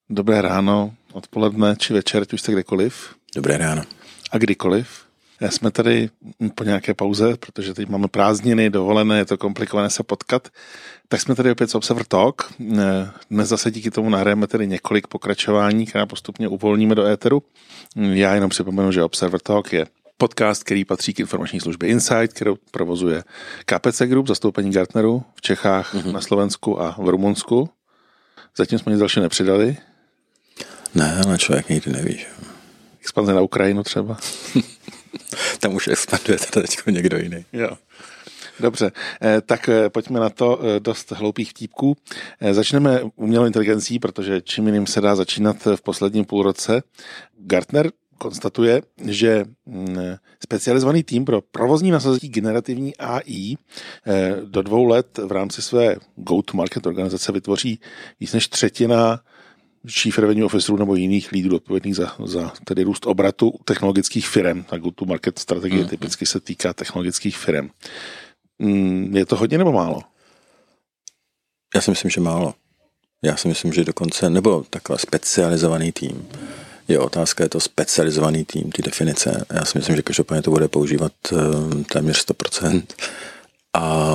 Dobré ráno, odpoledne či večer, už jste kdekoliv. Dobré ráno. A kdykoliv. Jsme tady po nějaké pauze, protože teď máme prázdniny, dovolené, je to komplikované se potkat. Tak jsme tady opět s Observer Talk. Dnes zase díky tomu nahrajeme tedy několik pokračování, která postupně uvolníme do éteru. Já jenom připomenu, že Observer Talk je podcast, který patří k informační službě Insight, kterou provozuje KPC Group, zastoupení Gartneru v Čechách, na Slovensku a v Rumunsku. Zatím jsme nic další nepřidali. Ne, ale člověk nikdy neví. Expanze na Ukrajinu třeba. Tam už expanduje teď někdo jiný. Jo. Dobře, tak pojďme na to, dost hloupých vtípků. Začneme umělou inteligencí, protože čím jiným se dá začínat v posledním půlroce. Gartner konstatuje, že specializovaný tým pro provozní nasazení generativní AI do 2 let v rámci své go-to-market organizace vytvoří víc než třetina chief revenue officerů nebo jiných lídrů odpovědných za tedy růst obratu technologických firem. Ta go-to-market strategie typicky se týká technologických firem. Je to hodně nebo málo? Já si myslím, že málo. Já si myslím, že dokonce, nebo takhle specializovaný tým. Je otázka, je to specializovaný tým, ty definice. Já si myslím, že každopádně to bude používat téměř 100%. A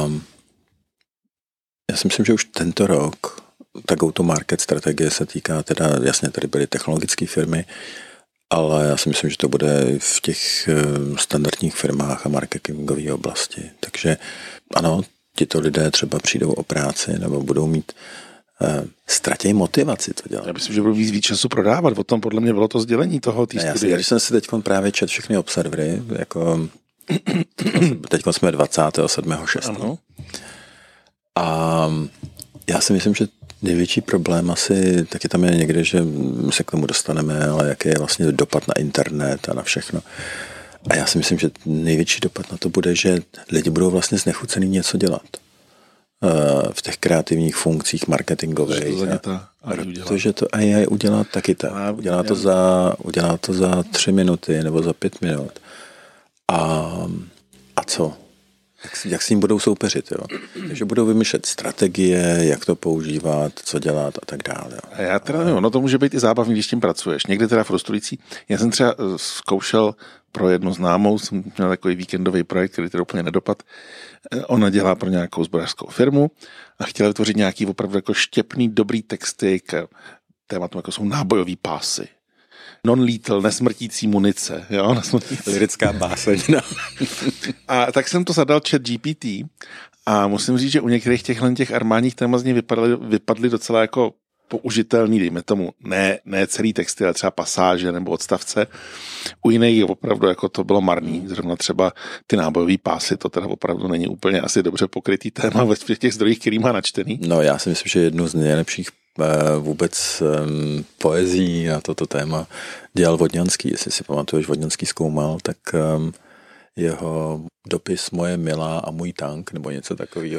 já si myslím, že už tento rok ta go-to-market strategie se týká teda, jasně tady byly technologické firmy, ale já si myslím, že to bude v těch standardních firmách a marketingové oblasti. Takže ano, tito lidé třeba přijdou o práci nebo budou mít ztratějí motivaci to dělat. Já myslím, že budou víc času prodávat. O tom podle mě bylo to sdělení toho té studie. Když jsem si teď právě četl všechny observery, jako teď jsme 27.6. A já si myslím, že největší problém asi taky tam je někde, že se k tomu dostaneme, ale jaký je vlastně dopad na internet a na všechno. A já si myslím, že největší dopad na to bude, že lidi budou vlastně znechucený něco dělat v těch kreativních funkcích marketingových. Protože to AI udělá taky tak. Udělá to za 3 minuty nebo za 5 minut. A co? Jak s ním budou soupeřit, jo? Takže budou vymýšlet strategie, jak to používat, co dělat a tak dále. Jo? A já teda nevím, to může být i zábavný, když s tím pracuješ. Někdy teda frustrující. Já jsem třeba zkoušel pro jednu známou, jsem měl takový víkendový projekt, který teda úplně nedopad. Ona dělá pro nějakou zbrojařskou firmu a chtěla vytvořit nějaký opravdu jako štěpný, dobrý texty k tématům, jako jsou nábojový pásy. Non-lethal, nesmrtící munice, jo, lirická básnina. A tak jsem to zadal ChatGPT a musím říct, že u některých těch armádních témat z něj vypadly docela jako použitelný, dejme tomu, ne celý texty, ale třeba pasáže nebo odstavce. U jiných opravdu jako to bylo marný. Zrovna třeba ty nábojový pásy, to teda opravdu není úplně asi dobře pokrytý téma ve těch zdrojích, který má načtený. No já si myslím, že jednu z nejlepších vůbec poezí a toto téma dělal Vodňanský. Jestli si pamatuješ, Vodňanský zkoumal, tak jeho dopis Moje milá a můj tank, nebo něco takového.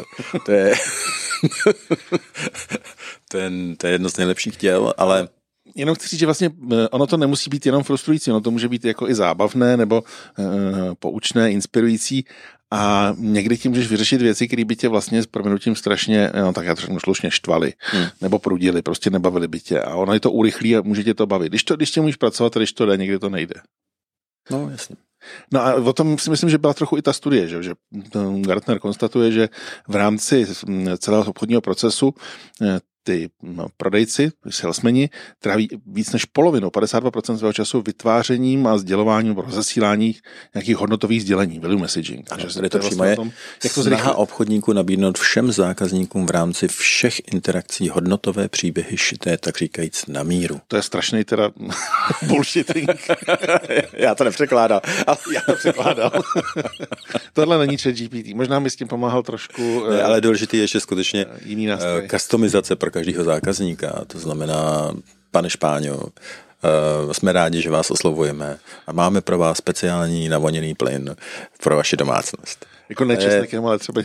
To je jedno z nejlepších děl, ale jenom chci říct, že vlastně ono to nemusí být jenom frustrující, ono to může být jako i zábavné nebo poučné, inspirující a někdy tím můžeš vyřešit věci, které by tě vlastně s prominutím strašně, tak já to řeknu slušně, štvaly nebo prudily, prostě nebavily by tě a ono je to urychlí a může tě to bavit. Když tě můžeš pracovat, když to jde, někdy to nejde. No, jasně. No a o tom si myslím, že byla trochu i ta studie, že Gartner konstatuje, že v rámci celého obchodního procesu ty prodejci, salesmeni, tráví víc než polovinu, 52% svého času vytvářením a sdělováním nebo rozesíláním nějakých hodnotových sdělení, value messaging. Takže tady to přímo je snaha obchodníků nabídnout všem zákazníkům v rámci všech interakcí hodnotové příběhy šité, tak říkajíc, na míru. To je strašný teda bullshitting. Já to nepřekládal. Já to překládal. Tohle není ChatGPT. Možná mi s tím pomáhal trošku. Ne, ale důležitý je, že skutečně jiný nástroj. Customizace pro každého zákazníka. To znamená, pane Špáňo, jsme rádi, že vás oslovujeme a máme pro vás speciální navoněný plyn pro vaši domácnost. Jako nečestnek, ale třeba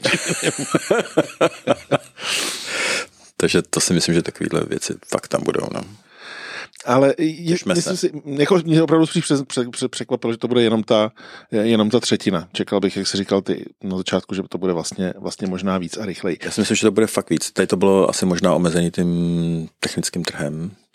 Takže to si myslím, že takovýhle věci fakt tam budou. No. Ale myslím si, jako mě opravdu překvapilo, že to bude jenom ta třetina. Čekal bych, jak jsi říkal ty na začátku, že to bude vlastně možná víc a rychleji. Já si myslím, že to bude fakt víc. Tady to bylo asi možná omezený tím technickým trhem.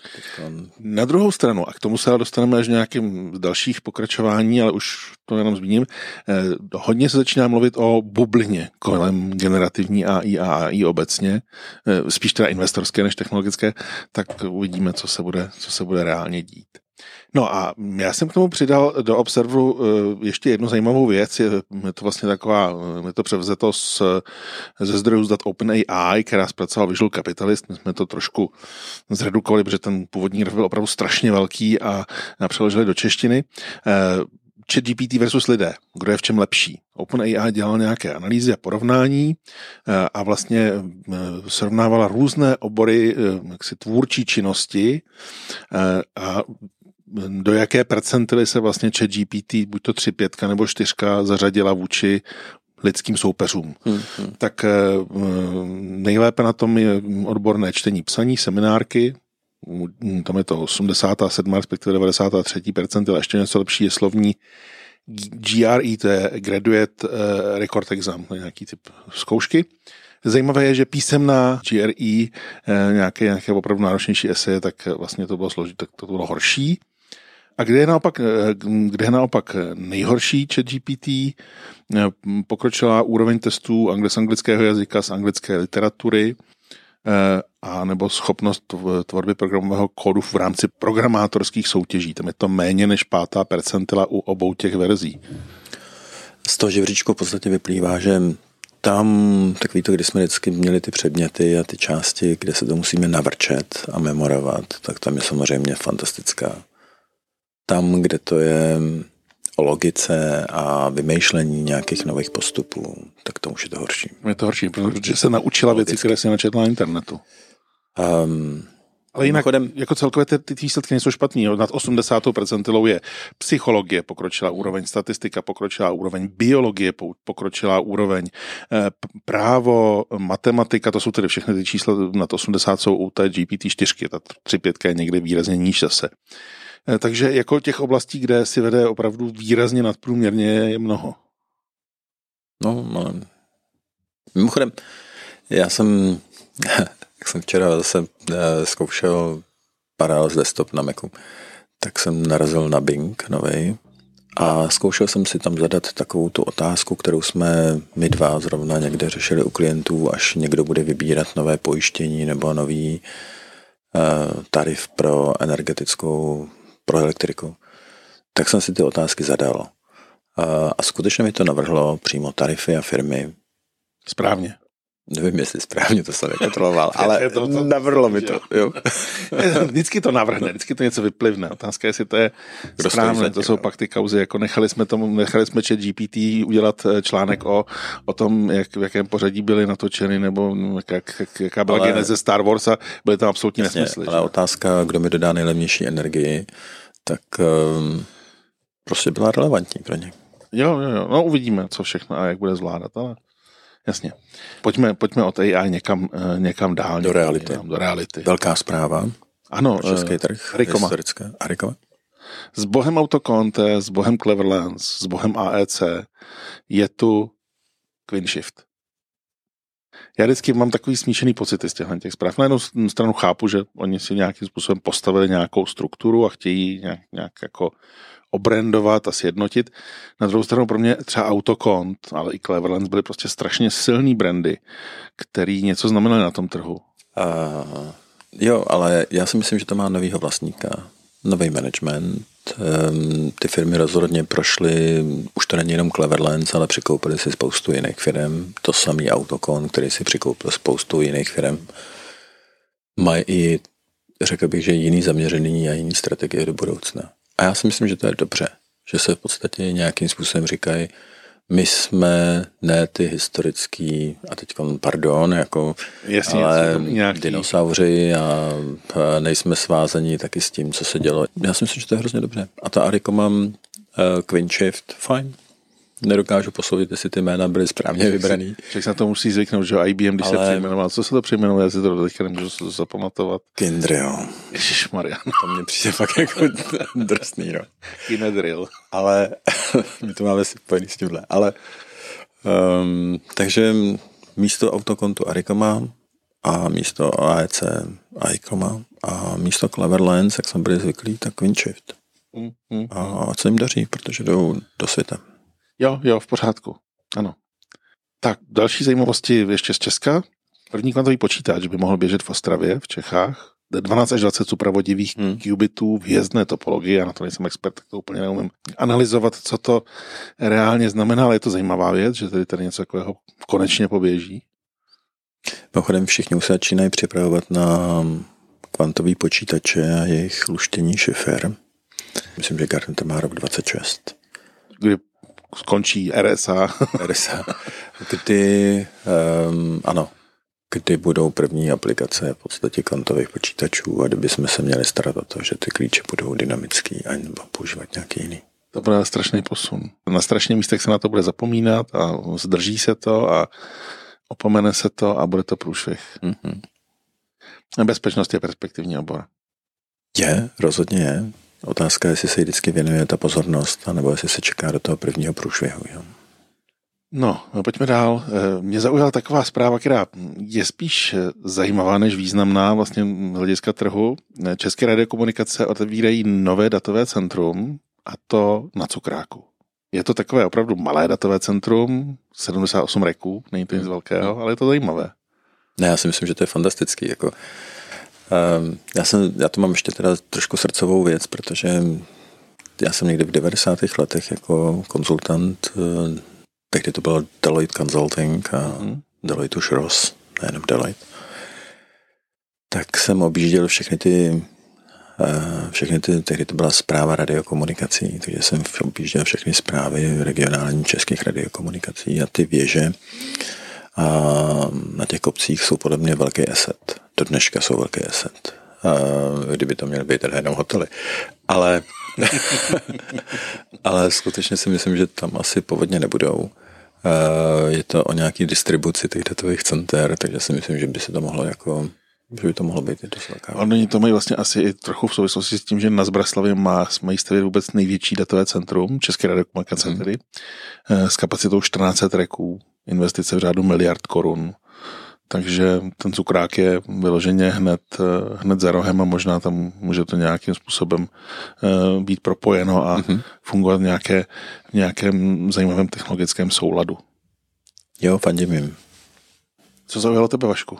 Na druhou stranu, a k tomu se dostaneme až nějakým dalších pokračování, ale už to jenom zmíním, hodně se začíná mluvit o bublině kolem generativní AI a AI obecně, spíš teda investorské než technologické, tak uvidíme, co se bude reálně dít. No a já jsem k tomu přidal do Observeru ještě jednu zajímavou věc, je to vlastně je to převzeto ze zdrojů z dat OpenAI, která zpracoval Visual Capitalist. My jsme to trošku zredukovali, protože ten původní graf byl opravdu strašně velký a přeložili do češtiny. ChatGPT versus lidé, kdo je v čem lepší. OpenAI dělal nějaké analýzy a porovnání a vlastně srovnávala různé obory tvůrčí činnosti a do jaké percentily se vlastně ChatGPT, buď to 3, 5 nebo 4 zařadila vůči lidským soupeřům. Tak nejlépe na tom je odborné čtení, psaní, seminárky, tam je to 87, respektive 93 percentile, ještě něco lepší je slovní GRE, to je Graduate Record Exam, to je nějaký typ zkoušky. Zajímavé je, že písemná GRE, nějaké opravdu náročnější eseje, tak vlastně to bylo složité, tak to bylo horší. A kde je naopak nejhorší ChatGPT, pokročila úroveň testů z anglického jazyka, z anglické literatury, a nebo schopnost tvorby programového kódu v rámci programátorských soutěží. Tam je to méně než 5. percentila u obou těch verzí. Z toho žebříčku v podstatě vyplývá, že tam takový to, kdy jsme vždycky měli ty předměty a ty části, kde se to musíme navrčet a memorovat, tak tam je samozřejmě fantastická. Tam, kde to je o logice a vymýšlení nějakých nových postupů, tak to už je to horší. Je to horší, protože se naučila věci, které si načetla na internetu. Ale jinak, jako celkově ty výsledky nejsou špatný. Nad 80. percentilou je psychologie, pokročila úroveň, statistika, pokročila úroveň, biologie, pokročila úroveň, právo, matematika, to jsou tedy všechny ty čísla nad 80 jsou u té GPT-4, ta 3.5 je někde výrazně níž zase. Takže jako těch oblastí, kde si vede opravdu výrazně nadprůměrně, je mnoho. No, ale mimochodem, já jsem včera zase zkoušel Parallels Desktop na Macu, tak jsem narazil na Bing novej a zkoušel jsem si tam zadat takovou tu otázku, kterou jsme my dva zrovna někde řešili u klientů, až někdo bude vybírat nové pojištění nebo nový tarif pro pro elektriku. Tak jsem si ty otázky zadal. A skutečně mi to navrhlo přímo tarify a firmy. Správně. Nevím, jestli správně to jsem nekontroloval, ale navrhlo mi to. Jo. Vždycky to navrhne, vždycky to něco vyplivne. Otázka je, jestli to je správné. To jsou pak ty kauzy, jako nechali jsme ChatGPT udělat článek o tom, v jakém pořadí byly natočeny, nebo jaká byla geneze Star Wars a byly tam absolutní nesmysly. Ale otázka, kdo mi dodá nejlevnější energii, tak prostě byla relevantní pro ně. Jo, no uvidíme, co všechno a jak bude zvládat, ale jasně. Pojďme od AI někam dál. Do reality. Velká zpráva. Ano. Český trh. Arikoma. S bohem Autoconte, s bohem Cleverlands, s bohem AEC je tu QuinShift. Já vždycky mám takový smíšený pocity z těch zpráv. Na jednu stranu chápu, že oni si nějakým způsobem postavili nějakou strukturu a chtějí nějak jako obrandovat a sjednotit. Na druhou stranu pro mě třeba Autocont, ale i Cleverlands byly prostě strašně silný brandy, který něco znamenaly na tom trhu. Jo, ale já si myslím, že to má novýho vlastníka, nový management. Ty firmy rozhodně prošly, už to není jenom Cleverlands, ale přikoupili si spoustu jiných firm. To samý Autocont, který si přikoupil spoustu jiných firm. Mají i, řekl bych, že jiný zaměření a jiný strategie do budoucna. A já si myslím, že to je dobře, že se v podstatě nějakým způsobem říkají, my jsme ne ty historický, a teď pardon, jako jasně, ale dinosauři a nejsme svázaní taky s tím, co se dělo. Já si myslím, že to je hrozně dobře. A ta Arikoma, QuinShift, fajn. Nedokážu posoudit, jestli ty jména byly správně vybraný. Však se na to musí zvyknout, že IBM, když se přejmenoval. Co se to přejmenovalo? Já si to teďka nemůžu zapamatovat. Kyndryl. Ježišmarja. To mně přijde fakt jako drsný, no. Kyndryl. Ale my to máme si spojený s tímhle. Ale takže místo Autocontu Arikoma a místo AEC Arikoma a místo Cleverlens, jak jsme byli zvyklí, tak Windshift. A co jim daří, protože jdou do světa. Jo, v pořádku. Ano. Tak, další zajímavosti ještě z Česka. První kvantový počítač by mohl běžet v Ostravě, v Čechách. 12 až 20 supravodivých qubitů v hvězdné topologii, já na to nejsem expert, tak to úplně neumím analyzovat, co to reálně znamená, ale je to zajímavá věc, že tady něco takového konečně poběží. Mimochodem všichni už se začínají připravovat na kvantový počítače a jejich luštění šifer. Myslím, že Gartner má rok 26. Kdy skončí RSA. Kdy budou první aplikace v podstatě kvantových počítačů a kdyby jsme se měli starat o to, že ty klíče budou dynamický a nebo používat nějaký jiný. To bude strašný posun. Na strašných místech se na to bude zapomínat a zdrží se to a opomene se to a bude to průšvih. Mm-hmm. Bezpečnost je perspektivní obor. Rozhodně je. Otázka je, jestli se vždycky věnuje ta pozornost, anebo jestli se čeká do toho prvního průšvihu. Jo. No, pojďme dál. Mě zaujala taková zpráva, která je spíš zajímavá než významná vlastně z hlediska trhu. České radiokomunikace otevírají nové datové centrum a to na Cukráku. Je to takové opravdu malé datové centrum, 78 reků, není to nic velkého, ale je to zajímavé. Ne, já si myslím, že to je fantastický. Jako, já to mám ještě teda trošku srdcovou věc, protože já jsem někdy v 90. letech jako konzultant, tehdy to bylo Deloitte Consulting a Deloitte už Ross, nejenom Deloitte. Tak jsem objížděl všechny ty, tehdy to byla správa radiokomunikací, takže jsem objížděl všechny zprávy regionálních českých radiokomunikací a ty věže a na těch kopcích jsou podle mě velký asset. Do dneška jsou velký asset. Kdyby to měly být teda jenom hotely. Ale skutečně si myslím, že tam asi povodně nebudou. Je to o nějaký distribuci těch datových center, takže si myslím, že by se to mohlo že by to mohlo být dost velká. Oni to mají vlastně asi i trochu v souvislosti s tím, že na Zbraslavě mají stavět vůbec největší datové centrum, České radiokomunikace tedy, s kapacitou 1400 reků, investice v řádu miliard korun. Takže ten Cukrák je vyloženě hned za rohem a možná tam může to nějakým způsobem být propojeno a fungovat v nějakém zajímavém technologickém souladu. Jo, fandím jim. Co zaujalo tebe, Vašku?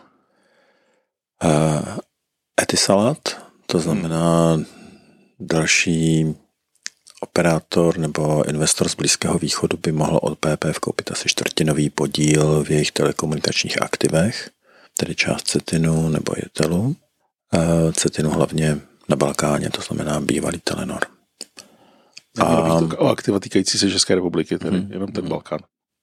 Etisalat, to znamená další operátor nebo investor z Blízkého východu by mohl od PPF koupit asi 1/4 podíl v jejich telekomunikačních aktivech, tedy část Cetinu nebo Jetelu. Cetinu hlavně na Balkáně, to znamená bývalý Telenor. O aktiva týkající se České republiky, tedy jenom ten Balkán.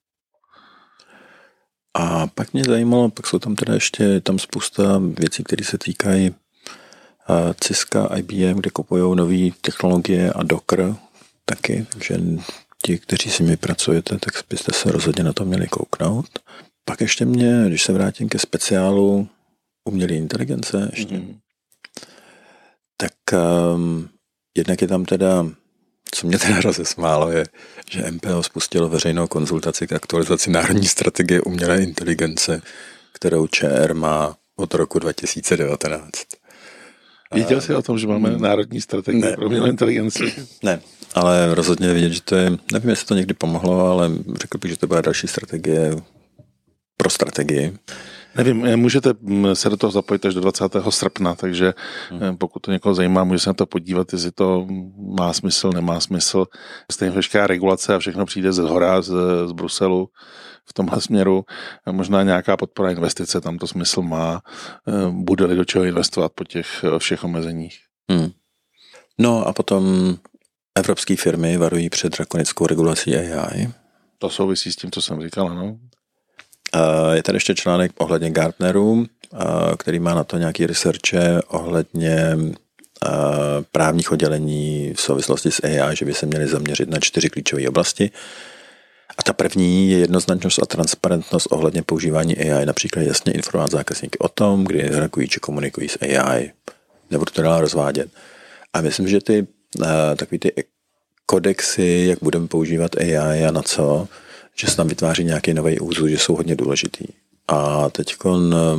A pak mě zajímalo, pak jsou tam teda ještě tam spousta věcí, které se týkají Cisco, IBM, kde kupují nové technologie a Docker taky, takže ti, kteří si mi pracujete, tak byste se rozhodně na to měli kouknout. Pak ještě když se vrátím ke speciálu umělé inteligence ještě, tak jednak je tam teda, co mě teda rozesmálo, je, že MPO spustilo veřejnou konzultaci k aktualizaci národní strategie umělé inteligence, kterou ČR má od roku 2019. Věděl jsi o tom, že máme národní strategii pro umělou inteligenci? Ne, ale rozhodně vidět, že to je, nevím, jestli to někdy pomohlo, ale řekl bych, že to bude další strategie pro strategii. Nevím, můžete se do toho zapojit až do 20. srpna, takže pokud to někoho zajímá, může se na to podívat, jestli to má smysl, nemá smysl. Stejně veškerá regulace a všechno přijde z hora, z Bruselu v tomhle směru. Možná nějaká podpora investice, tam to smysl má, bude-li do čeho investovat po těch všech omezeních. No a potom evropské firmy varují před drakonickou regulací AI. To souvisí s tím, co jsem říkal, ano. Je tady ještě článek ohledně Gartneru, který má na to nějaký researche ohledně právních oddělení v souvislosti s AI, že by se měly zaměřit na 4 klíčové oblasti. A ta první je jednoznačnost a transparentnost ohledně používání AI, například jasně informovat zákazníky o tom, kdy reagují či komunikují s AI. Nebudu to dál rozvádět. A myslím, že takový ty kodexy, jak budeme používat AI a na co, že se tam vytváří nějaký nový úzus, že jsou hodně důležitý. A teď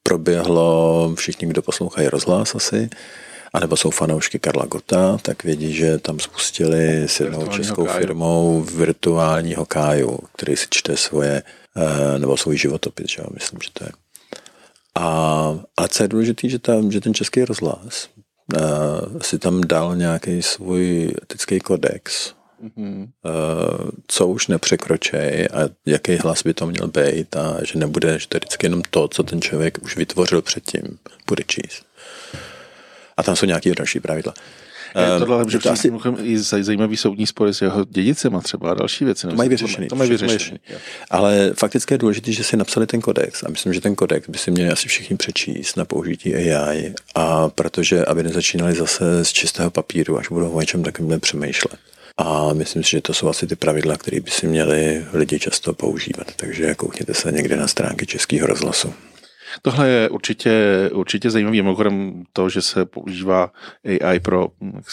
proběhlo, všichni, kdo poslouchají rozhlas asi, anebo jsou fanoušky Karla Gotta, tak vědí, že tam spustili s jednou českou firmou virtuálního Káju, který si čte nebo svůj životopis, že jo, myslím, že to je. A co je důležité, že ten Český rozhlas si tam dal nějaký svůj etický kodex, co už nepřekročej a jaký hlas by to měl být a že nebude, že to je vždycky jenom to, co ten člověk už vytvořil předtím, bude číst. A tam jsou nějaké další pravidla. Tohle je to asi i zajímavý soudní spory s jeho dědicema třeba a další věci. To mají vyřešený. Ale fakticky je důležité, že si napsali ten kodex a myslím, že ten kodex by si měli asi všichni přečíst na použití AI a protože, aby nezačínali zase z čistého papíru, až budou o něčem takovým přemýšlet. A myslím si, že to jsou asi ty pravidla, které by si měli lidi často používat. Takže koukněte se někde na stránky Českého rozhlasu. Tohle je určitě zajímavý. Mimochodem to, že se používá AI pro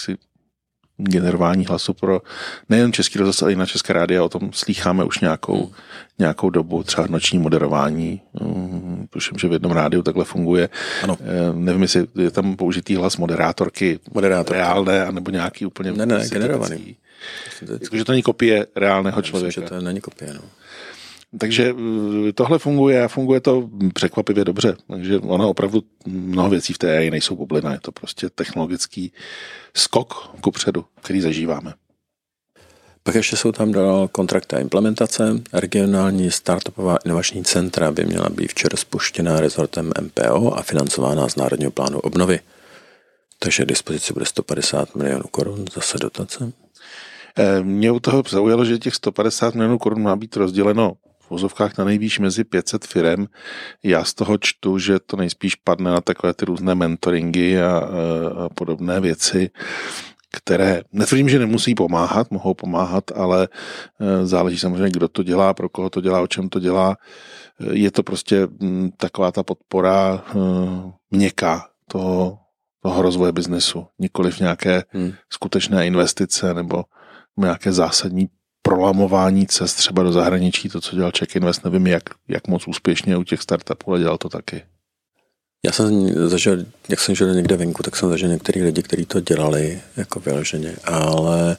generování hlasu pro nejen Český rozhlas, ale i na České rádio. O tom slýcháme už nějakou dobu, třeba noční moderování. Tuším, že v jednom rádiu takhle funguje. Ano. Nevím, jestli je tam použitý hlas moderátorky reálné, anebo nějaký úplně... Ne, generovaný. Takže to není kopie reálného člověka. Myslím, že to není kopie, no. Takže tohle funguje a funguje to překvapivě dobře. Takže ono opravdu mnoho věcí v té AI nejsou bublina. Je to prostě technologický skok kupředu, který zažíváme. Pak ještě jsou tam dál kontrakty a implementace. Regionální startupová inovační centra by měla být včera spuštěná rezortem MPO a financována z Národního plánu obnovy. Takže k dispozici bude 150 milionů korun, zase dotace. Mě u toho zaujalo, že těch 150 milionů korun má být rozděleno v vozovkách na nejvýš mezi 500 firem. Já z toho čtu, že to nejspíš padne na takové ty různé mentoringy a podobné věci, které netvrdím, že nemusí pomáhat, mohou pomáhat, ale záleží samozřejmě, kdo to dělá, pro koho to dělá, o čem to dělá. Je to prostě taková ta podpora měkká toho rozvoje biznesu, nikoliv nějaké skutečné investice nebo nějaké zásadní prolamování cest třeba do zahraničí, to, co dělal Czech Invest, nevím, jak moc úspěšně u těch startupů, ale dělal to taky. Já jsem zažil, jak jsem žil někde venku, tak jsem zažil některý lidi, kteří to dělali jako vyloženě, ale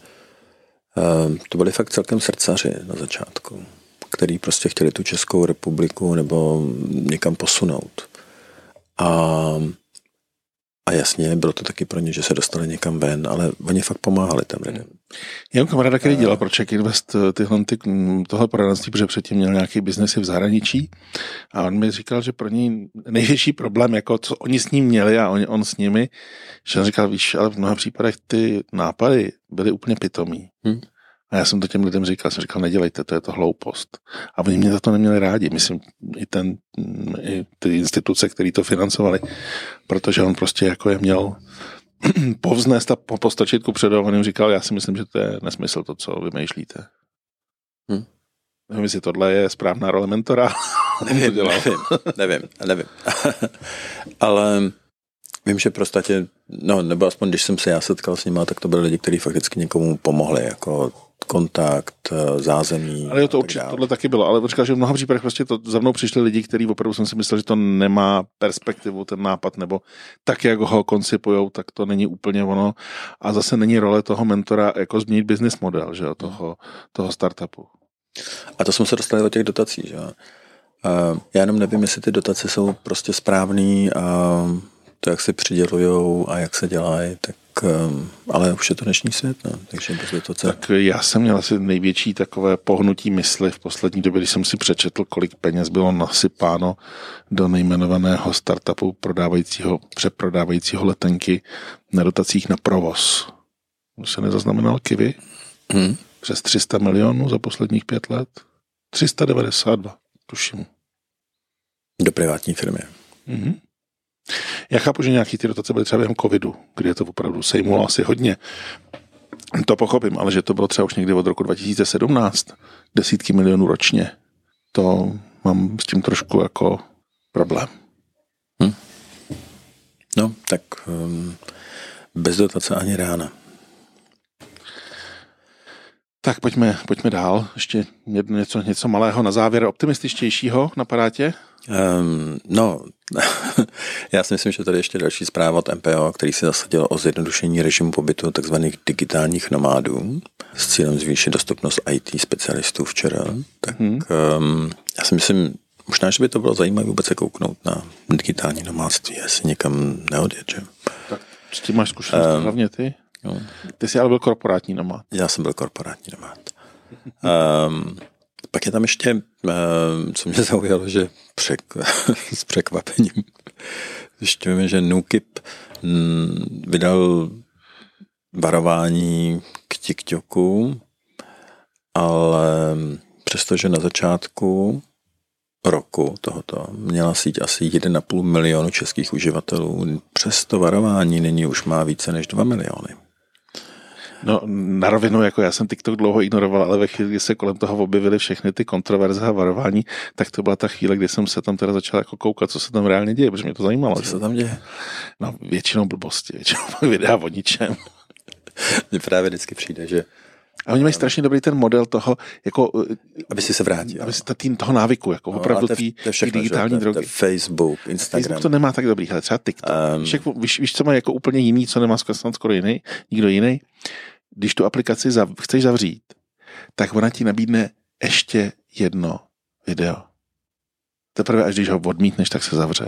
to byli fakt celkem srdcaři na začátku, který prostě chtěli tu Českou republiku nebo někam posunout. A jasně, bylo to taky pro ně, že se dostali někam ven, ale oni fakt pomáhali tam lidem. Já mám kamaráda, který dělal pro Czech Invest tohle poradenství, protože předtím měl nějaký biznesy v zahraničí a on mi říkal, že pro něj největší problém, jako co oni s ním měli a on s nimi, že on říkal, víš, ale v mnoha případech ty nápady byly úplně pitomí. A já jsem to těm lidem říkal, nedělejte, to je to hloupost. A oni mě za to neměli rádi, myslím, i ty instituce, které to financovali, protože on prostě jako je měl povznést a postačit ku předu, a on jim říkal, já si myslím, že to je nesmysl to, co vymýšlíte. Nevím, jestli tohle je správná role mentora. Nevím. Ale vím, že prostě, nebo aspoň když jsem se já setkal s nima, tak to byli lidi, kteří fakticky někomu pomohli, jako kontakt, zázemí. Ale to určitě, tohle taky bylo, ale říkal, že v mnoha případech prostě za mnou přišli lidi, kteří opravdu jsem si myslel, že to nemá perspektivu, ten nápad, nebo tak, jak ho koncipujou, tak to není úplně ono. A zase není role toho mentora jako změnit business model, že jo, toho startupu. A to jsme se dostali do těch dotací, že jo. Já jenom nevím, jestli ty dotace jsou prostě správný a to, jak se přidělujou a jak se dělají, tak ale už je to dnešní svět, no. Takže bez dotace. Tak já jsem měl asi největší takové pohnutí mysli v poslední době, když jsem si přečetl, kolik peněz bylo nasypáno do nejmenovaného startupu přeprodávajícího letenky na dotacích na provoz. Už se nezaznamenal Kiwi? Přes 300 milionů za posledních 5 let? 392, tuším. Do privátní firmy. Já chápu, že nějaký ty dotace byly třeba během covidu, kdy je to opravdu sejmulo asi hodně. To pochopím, ale že to bylo třeba už někdy od roku 2017, desítky milionů ročně, to mám s tím trošku jako problém. No, tak bez dotace ani rána. Tak pojďme dál. Ještě něco malého na závěr, optimističtějšího, napadá tě? Já si myslím, že tady ještě další zpráva od MPO, který se zasadil o zjednodušení režimu pobytu tzv. Digitálních nomádů s cílem zvýšit dostupnost IT specialistů včera. Tak já si myslím, možná, že by to bylo zajímavé vůbec se kouknout na digitální nomádství, jestli někam neodjet, že? Tak s tím máš zkušenost hlavně ty? Jo. Ty jsi ale byl korporátní nomád. Já jsem byl korporátní nomád. Pak je tam ještě, co mě zaujalo, že s překvapením zjišťujeme, že NÚKIP vydal varování k TikToku, ale přestože na začátku roku tohoto měla síť asi 1,5 milionu českých uživatelů, přes to varování nyní už má více než 2 miliony. No, na rovinu, jako já jsem TikTok dlouho ignoroval, ale ve chvíli, kdy se kolem toho objevily všechny ty kontroverze a varování, tak to byla ta chvíle, kdy jsem se tam teda začal jako koukat, co se tam reálně děje, protože mě to zajímalo. Co se tam děje? No, většinou blbosti, většinou videa o ničem. Mně právě vždycky přijde, že... A oni mají strašně dobrý ten model toho, jako... Aby si se vrátil. Aby si toho návyku, jako no, opravdu té digitální drogy. Facebook, Instagram. Facebook to nemá tak dobrý, ale třeba TikTok. Víš, co má jako úplně jiný, co nemá skoro jiný, nikdo jiný? Když tu aplikaci chceš zavřít, tak ona ti nabídne ještě jedno video. Teprve až když ho odmítneš, tak se zavře.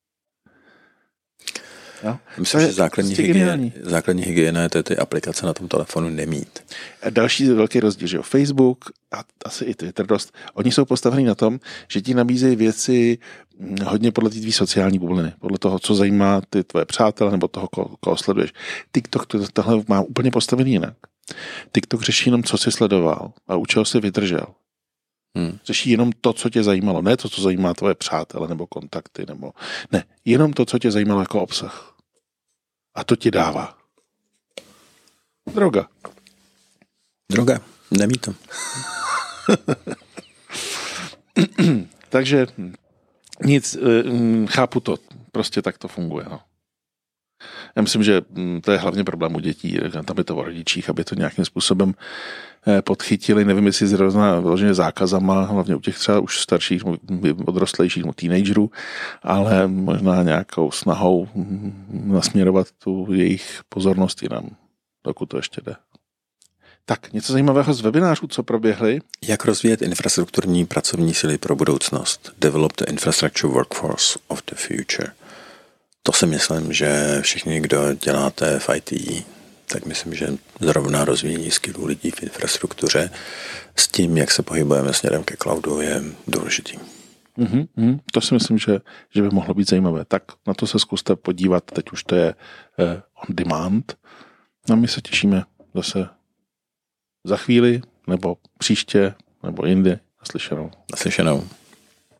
No? Myslím, že základní hygiena je ty aplikace na tom telefonu nemít. A další velký rozdíl, že Facebook a asi i Twitter dost, oni jsou postavení na tom, že ti nabízejí věci hodně podle té tvý sociální bubliny, podle toho, co zajímá ty tvoje přátele nebo toho, koho sleduješ. TikTok tohle má úplně postavený jinak. TikTok řeší jenom, co jsi sledoval a u čeho jsi vydržel. Řeší jenom to, co tě zajímalo, ne to, co zajímá tvoje přátele nebo kontakty, nebo ne, jenom to, co tě zajímalo jako obsah. A to ti dává. Droga. Nemí to. Takže nic, chápu to. Prostě tak to funguje. No. Já myslím, že to je hlavně problém u dětí. Tam je to o rodičích, aby to nějakým způsobem podchytili. Nevím, jestli zrovna vyloženě zákazama, hlavně u těch třeba už starších, odrostlejších teenagerů, ale možná nějakou snahou nasměrovat tu jejich pozornost jinam, dokud to ještě jde. Tak, něco zajímavého z webinářů, co proběhly? Jak rozvíjet infrastrukturní pracovní síly pro budoucnost? Develop the infrastructure workforce of the future. To si myslím, že všichni, kdo děláte v IT, tak myslím, že zrovna rozvíjení skillů lidí v infrastruktuře s tím, jak se pohybujeme směrem ke cloudu, je důležitý. To si myslím, že by mohlo být zajímavé. Tak na to se zkuste podívat, teď už to je on demand. A my se těšíme zase za chvíli, nebo příště, nebo jindy. Naslyšenou.